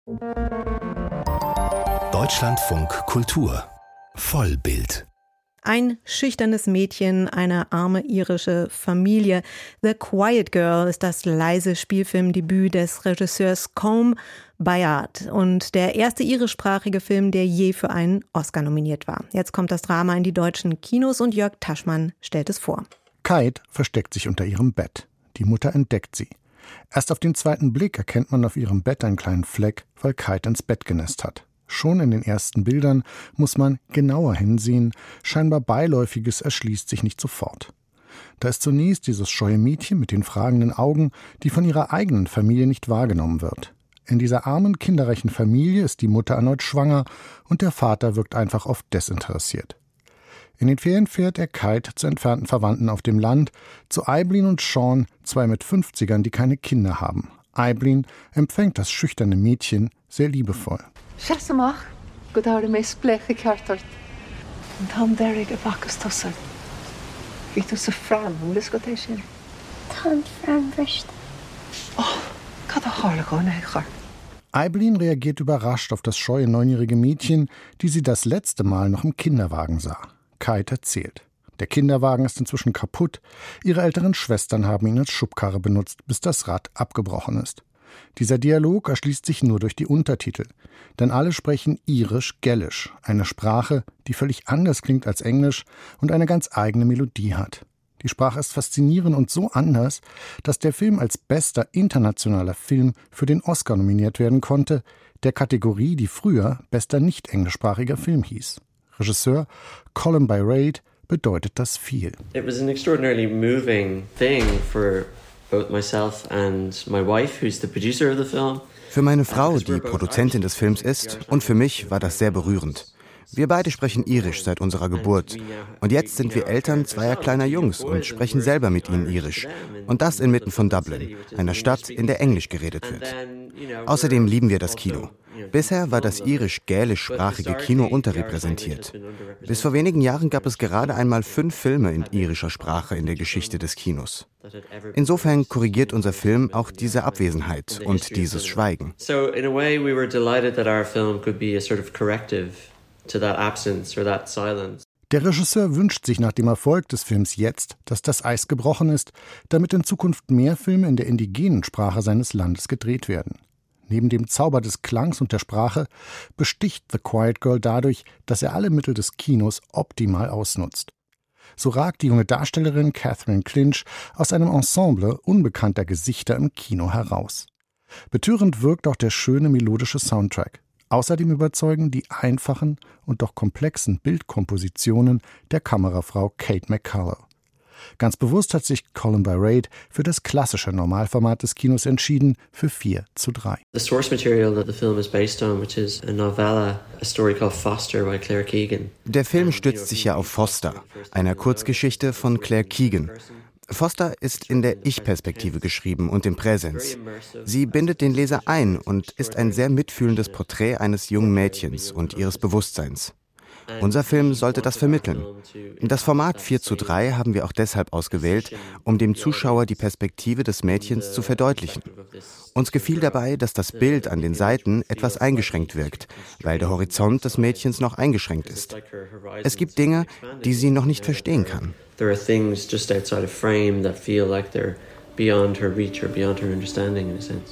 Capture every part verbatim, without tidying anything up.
Deutschlandfunk Kultur Vollbild. Ein schüchternes Mädchen, eine arme irische Familie. The Quiet Girl ist das leise Spielfilmdebüt des Regisseurs Colm Bayard und der erste irischsprachige Film, der je für einen Oscar nominiert war. Jetzt kommt das Drama in die deutschen Kinos und Jörg Taschmann stellt es vor. Kate versteckt sich unter ihrem Bett. Die Mutter entdeckt sie. Erst auf den zweiten Blick erkennt man auf ihrem Bett einen kleinen Fleck, weil Kate ins Bett genässt hat. Schon in den ersten Bildern muss man genauer hinsehen. Scheinbar Beiläufiges erschließt sich nicht sofort. Da ist zunächst dieses scheue Mädchen mit den fragenden Augen, die von ihrer eigenen Familie nicht wahrgenommen wird. In dieser armen, kinderreichen Familie ist die Mutter erneut schwanger und der Vater wirkt einfach oft desinteressiert. In den Ferien fährt er Kate zu entfernten Verwandten auf dem Land, zu Aiblin und Sean, zwei mit fünfzigern, die keine Kinder haben. Aiblin empfängt das schüchterne Mädchen sehr liebevoll. Sesamach, go da me spleche kartort. Und han derig a vakas tossar. Wie du so fram, um das got eschen. Tant fram brisht. Oh, kad a harle go neichar. Aiblin reagiert überrascht auf das scheue neunjährige Mädchen, die sie das letzte Mal noch im Kinderwagen sah. Kate erzählt. Der Kinderwagen ist inzwischen kaputt. Ihre älteren Schwestern haben ihn als Schubkarre benutzt, bis das Rad abgebrochen ist. Dieser Dialog erschließt sich nur durch die Untertitel. Denn alle sprechen irisch-gälisch, eine Sprache, die völlig anders klingt als Englisch und eine ganz eigene Melodie hat. Die Sprache ist faszinierend und so anders, dass der Film als bester internationaler Film für den Oscar nominiert werden konnte, der Kategorie, die früher bester nicht-englischsprachiger Film hieß. Regisseur Colm Bayard bedeutet das viel. It was an extraordinarily moving thing for both myself and my wife, who's the producer of the film. Für meine Frau, die Produzentin des Films ist, und für mich war das sehr berührend. Wir beide sprechen Irisch seit unserer Geburt. Und jetzt sind wir Eltern zweier kleiner Jungs und sprechen selber mit ihnen Irisch. Und das inmitten von Dublin, einer Stadt, in der Englisch geredet wird. Außerdem lieben wir das Kino. Bisher war das irisch-gälischsprachige Kino unterrepräsentiert. Bis vor wenigen Jahren gab es gerade einmal fünf Filme in irischer Sprache in der Geschichte des Kinos. Insofern korrigiert unser Film auch diese Abwesenheit und dieses Schweigen. So in a way we were delighted that our film could be a sort of corrective to that absence or that silence. Der Regisseur wünscht sich nach dem Erfolg des Films jetzt, dass das Eis gebrochen ist, damit in Zukunft mehr Filme in der indigenen Sprache seines Landes gedreht werden. Neben dem Zauber des Klangs und der Sprache besticht The Quiet Girl dadurch, dass er alle Mittel des Kinos optimal ausnutzt. So ragt die junge Darstellerin Catherine Clinch aus einem Ensemble unbekannter Gesichter im Kino heraus. Betörend wirkt auch der schöne melodische Soundtrack. Außerdem überzeugen die einfachen und doch komplexen Bildkompositionen der Kamerafrau Kate McCullough. Ganz bewusst hat sich Colm Bayard für das klassische Normalformat des Kinos entschieden, für vier zu drei. The source material that the film is based on, which is a novella, a story called Foster by Claire Keegan. Der Film stützt sich ja auf Foster, einer Kurzgeschichte von Claire Keegan. Foster ist in der Ich-Perspektive geschrieben und im Präsens. Sie bindet den Leser ein und ist ein sehr mitfühlendes Porträt eines jungen Mädchens und ihres Bewusstseins. Unser Film sollte das vermitteln. Das Format vier zu drei haben wir auch deshalb ausgewählt, um dem Zuschauer die Perspektive des Mädchens zu verdeutlichen. Uns gefiel dabei, dass das Bild an den Seiten etwas eingeschränkt wirkt, weil der Horizont des Mädchens noch eingeschränkt ist. Es gibt Dinge, die sie noch nicht verstehen kann. There are things just outside of frame that feel like they're beyond her reach or beyond her understanding in a sense.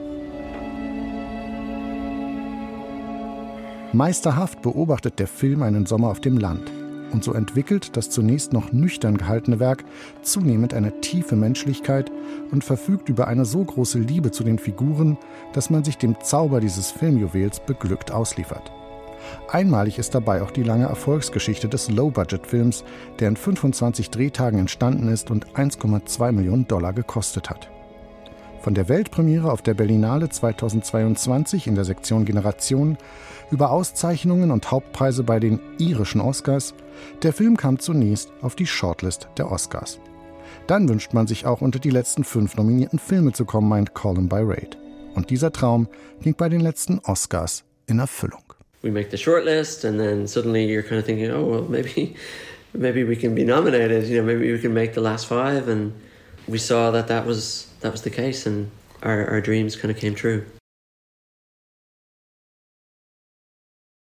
Meisterhaft beobachtet der Film einen Sommer auf dem Land. Und so entwickelt das zunächst noch nüchtern gehaltene Werk zunehmend eine tiefe Menschlichkeit und verfügt über eine so große Liebe zu den Figuren, dass man sich dem Zauber dieses Filmjuwels beglückt ausliefert. Einmalig ist dabei auch die lange Erfolgsgeschichte des Low-Budget-Films, der in fünfundzwanzig Drehtagen entstanden ist und eins Komma zwei Millionen Dollar gekostet hat. Von der Weltpremiere auf der Berlinale zweitausendzweiundzwanzig in der Sektion Generation über Auszeichnungen und Hauptpreise bei den irischen Oscars, der Film kam zunächst auf die Shortlist der Oscars. Dann wünscht man sich auch unter die letzten fünf nominierten Filme zu kommen, meint Colm Bayard. Und dieser Traum ging bei den letzten Oscars in Erfüllung. We make the shortlist and then suddenly you're kind of thinking, oh well, maybe maybe we can be nominated, you know, maybe we can make the last five, and we saw that that was that was the case and our our dreams kind of came true.